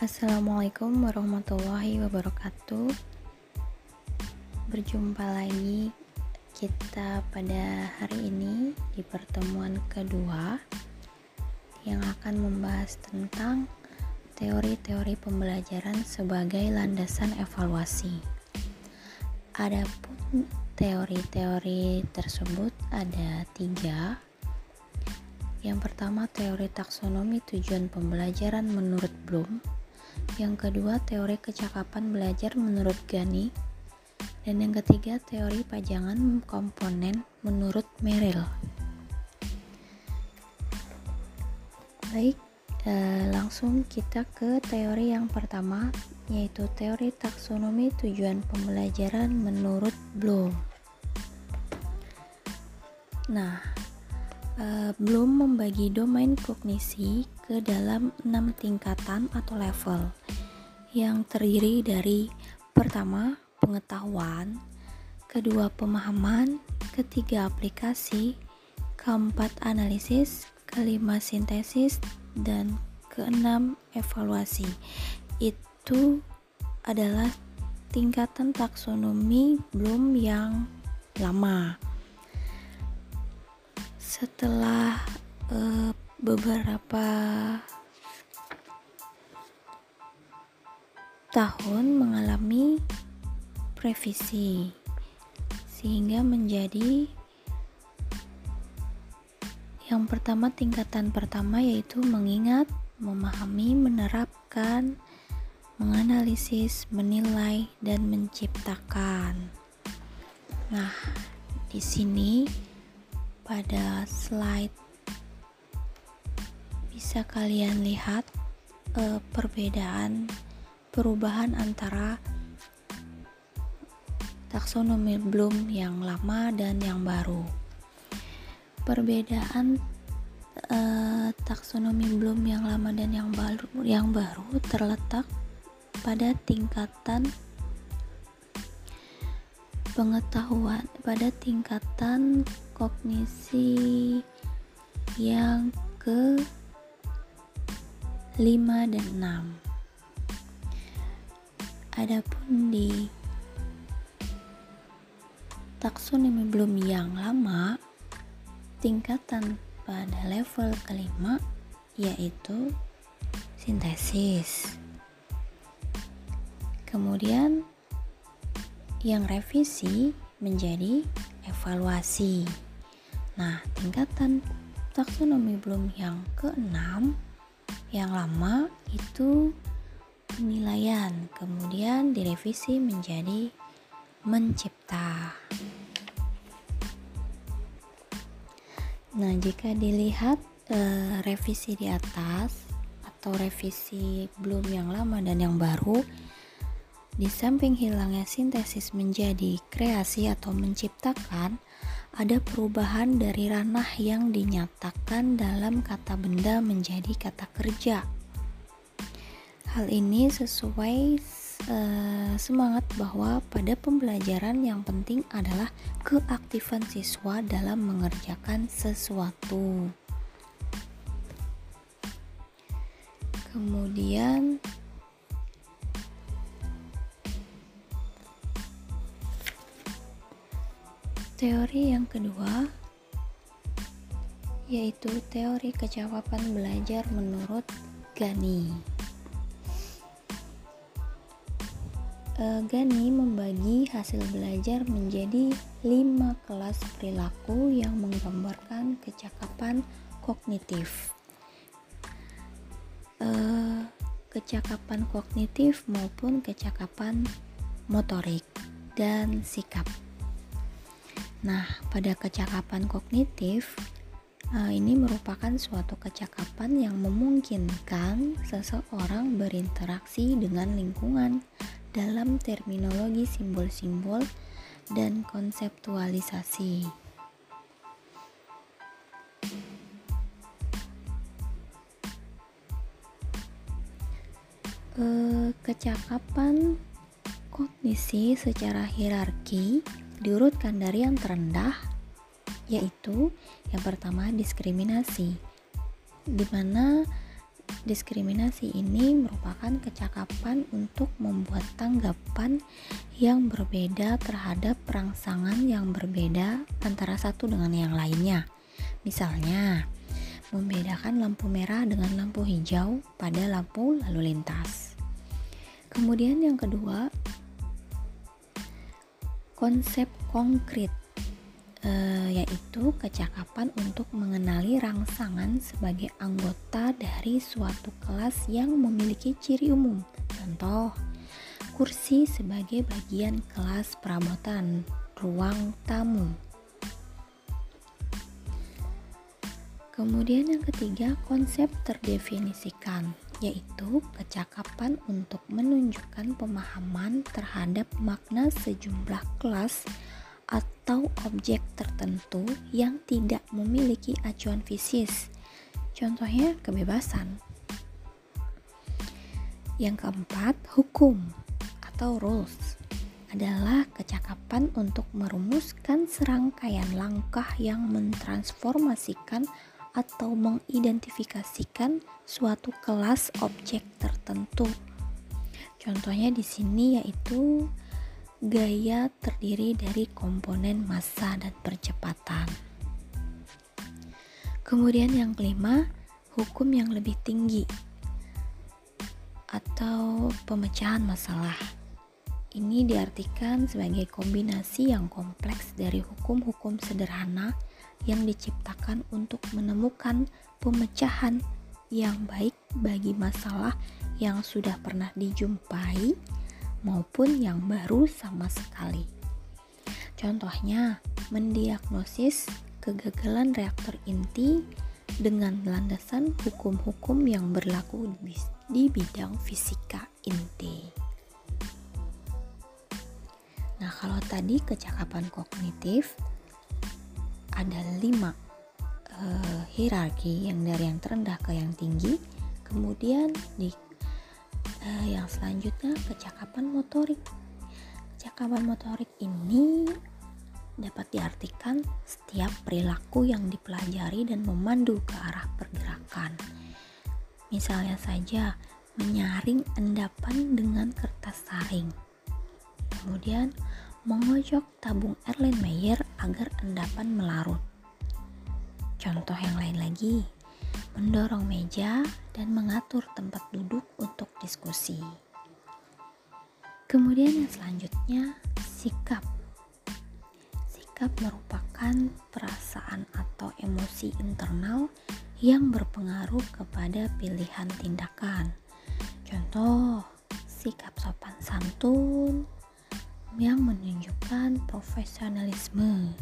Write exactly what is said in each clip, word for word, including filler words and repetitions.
Assalamualaikum warahmatullahi wabarakatuh. Berjumpa lagi kita pada hari ini di pertemuan kedua yang akan membahas tentang teori-teori pembelajaran sebagai landasan evaluasi. Adapun teori-teori tersebut ada tiga. Yang pertama, teori taksonomi tujuan pembelajaran menurut Bloom. Yang kedua, teori kecakapan belajar menurut Ghani. Dan yang ketiga, teori pajangan komponen menurut Merrill. Baik, eh, langsung kita ke teori yang pertama, yaitu teori taksonomi tujuan pembelajaran menurut Bloom. Nah, eh, Bloom membagi domain kognisi ke dalam enam tingkatan atau level yang terdiri dari pertama, pengetahuan, kedua, pemahaman, ketiga, aplikasi, keempat, analisis, kelima, sintesis, dan keenam, evaluasi. Itu adalah tingkatan taksonomi Bloom yang lama. Setelah uh, beberapa tahun mengalami revisi sehingga menjadi yang pertama, tingkatan pertama, yaitu mengingat, memahami, menerapkan, menganalisis, menilai, dan menciptakan. Nah, di sini pada slide bisa kalian lihat eh, perbedaan perubahan antara taksonomi Bloom yang lama dan yang baru. Perbedaan eh, taksonomi Bloom yang lama dan yang baru yang baru terletak pada tingkatan pengetahuan, pada tingkatan kognisi yang ke lima dan enam. Adapun di taksonomi Bloom yang lama, tingkatan pada level kelima yaitu sintesis. Kemudian yang revisi menjadi evaluasi. Nah, tingkatan taksonomi Bloom yang keenam yang lama itu penilaian, kemudian direvisi menjadi mencipta. Nah, jika dilihat eh, revisi di atas atau revisi Bloom yang lama dan yang baru, di samping hilangnya sintesis menjadi kreasi atau menciptakan, ada perubahan dari ranah yang dinyatakan dalam kata benda menjadi kata kerja. Hal ini sesuai uh, semangat bahwa pada pembelajaran yang penting adalah keaktifan siswa dalam mengerjakan sesuatu. Kemudian teori yang kedua yaitu teori kecakapan belajar menurut Ghani. Ghani membagi hasil belajar menjadi lima kelas perilaku yang menggambarkan kecakapan kognitif. Uh, kecakapan kognitif maupun kecakapan motorik dan sikap. Nah, pada kecakapan kognitif, uh, ini merupakan suatu kecakapan yang memungkinkan seseorang berinteraksi dengan lingkungan dalam terminologi simbol-simbol dan konseptualisasi. E, kecakapan kognisi secara hierarki diurutkan dari yang terendah, yaitu yang pertama diskriminasi, di mana diskriminasi ini merupakan kecakapan untuk membuat tanggapan yang berbeda terhadap rangsangan yang berbeda antara satu dengan yang lainnya. Misalnya, membedakan lampu merah dengan lampu hijau pada lampu lalu lintas. Kemudian yang kedua, konsep konkret, Uh, yaitu kecakapan untuk mengenali rangsangan sebagai anggota dari suatu kelas yang memiliki ciri umum. Contoh, kursi sebagai bagian kelas perabotan ruang tamu. Kemudian yang ketiga, konsep terdefinisikan, yaitu kecakapan untuk menunjukkan pemahaman terhadap makna sejumlah kelas atau objek tertentu yang tidak memiliki acuan fisis. Contohnya kebebasan. Yang keempat, hukum atau rules adalah kecakapan untuk merumuskan serangkaian langkah yang mentransformasikan atau mengidentifikasikan suatu kelas objek tertentu. Contohnya di sini yaitu gaya terdiri dari komponen massa dan percepatan. Kemudian yang kelima, hukum yang lebih tinggi atau pemecahan masalah. Ini diartikan sebagai kombinasi yang kompleks dari hukum-hukum sederhana yang diciptakan untuk menemukan pemecahan yang baik bagi masalah yang sudah pernah dijumpai maupun yang baru sama sekali. Contohnya, mendiagnosis kegagalan reaktor inti dengan landasan hukum-hukum yang berlaku di bidang fisika inti. Nah, kalau tadi kecakapan kognitif ada lima uh, hierarki, yang dari yang terendah ke yang tinggi. Kemudian di Uh, yang selanjutnya kecakapan motorik. Kecakapan motorik ini dapat diartikan setiap perilaku yang dipelajari dan memandu ke arah pergerakan. Misalnya saja menyaring endapan dengan kertas saring. Kemudian mengocok tabung Erlenmeyer agar endapan melarut. Contoh yang lain lagi, mendorong meja dan mengatur tempat duduk untuk diskusi. Kemudian yang selanjutnya, sikap. Sikap merupakan perasaan atau emosi internal yang berpengaruh kepada pilihan tindakan. Contoh, sikap sopan santun yang menunjukkan profesionalisme.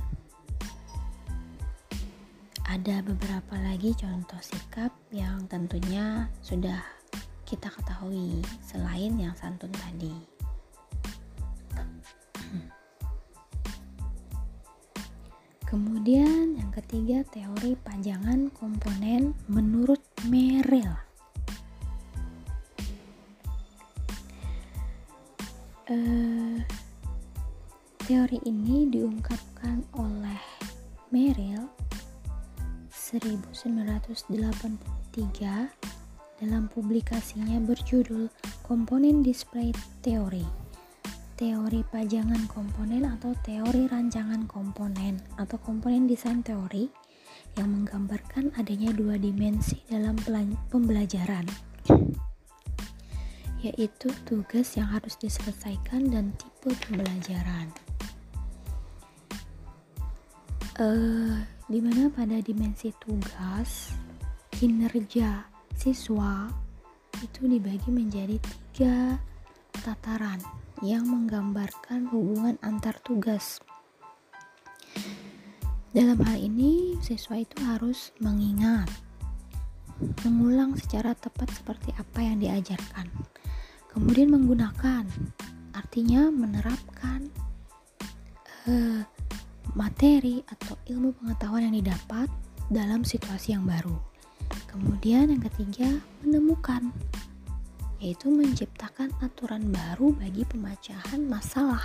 Ada beberapa lagi contoh sikap yang tentunya sudah kita ketahui selain yang santun tadi. Kemudian yang ketiga, teori pajangan komponen menurut Merrill. Uh, teori ini diungkapkan oleh Merrill seribu sembilan ratus delapan puluh tiga dalam publikasinya berjudul Komponen Display Theory, teori pajangan komponen atau teori rancangan komponen atau komponen desain teori yang menggambarkan adanya dua dimensi dalam pembelajaran, yaitu tugas yang harus diselesaikan dan tipe pembelajaran. Uh, di mana pada dimensi tugas, kinerja siswa itu dibagi menjadi tiga tataran yang menggambarkan hubungan antar tugas. Dalam hal ini, siswa itu harus mengingat, mengulang secara tepat seperti apa yang diajarkan, kemudian menggunakan, artinya menerapkan uh, materi atau ilmu pengetahuan yang didapat dalam situasi yang baru. Kemudian yang ketiga, menemukan, yaitu menciptakan aturan baru bagi pemecahan masalah.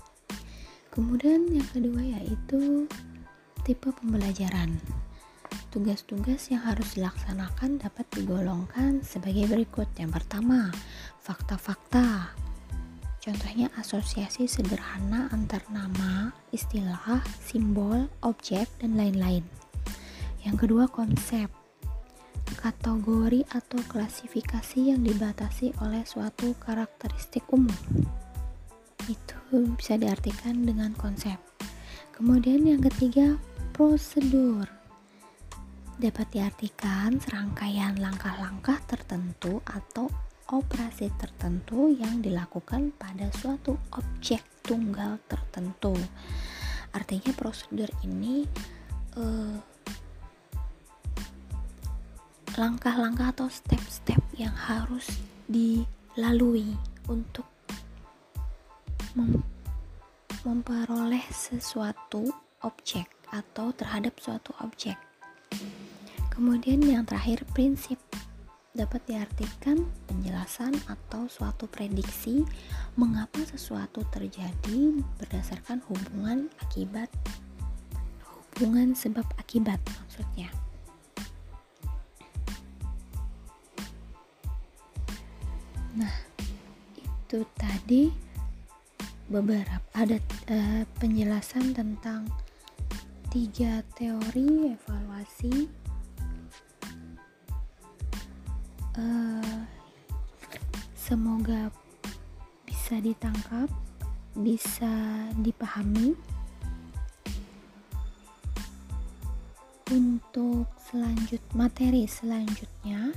Kemudian yang kedua yaitu tipe pembelajaran. tugas-tugas yang harus dilaksanakan dapat digolongkan sebagai berikut. Yang pertama, fakta-fakta. Contohnya asosiasi sederhana antar nama, istilah, simbol, objek, dan lain-lain. Yang kedua, konsep. Kategori atau klasifikasi yang dibatasi oleh suatu karakteristik umum. Itu bisa diartikan dengan konsep. Kemudian yang ketiga, prosedur. Dapat diartikan serangkaian langkah-langkah tertentu atau operasi tertentu yang dilakukan pada suatu objek tunggal tertentu. Artinya prosedur ini eh, langkah-langkah atau step-step yang harus dilalui untuk mem- memperoleh sesuatu objek atau terhadap suatu objek. Kemudian yang terakhir, prinsip. Dapat diartikan penjelasan atau suatu prediksi mengapa sesuatu terjadi berdasarkan hubungan akibat hubungan sebab akibat maksudnya. Nah, itu tadi beberapa ada uh, penjelasan tentang tiga teori evaluasi. Uh, semoga bisa ditangkap, bisa dipahami. Untuk selanjut materi selanjutnya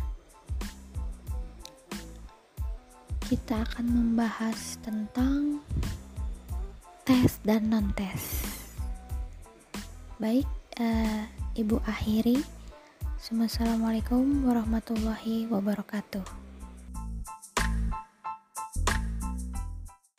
kita akan membahas tentang tes dan non-tes. Baik, uh, Ibu akhiri. Assalamualaikum warahmatullahi wabarakatuh.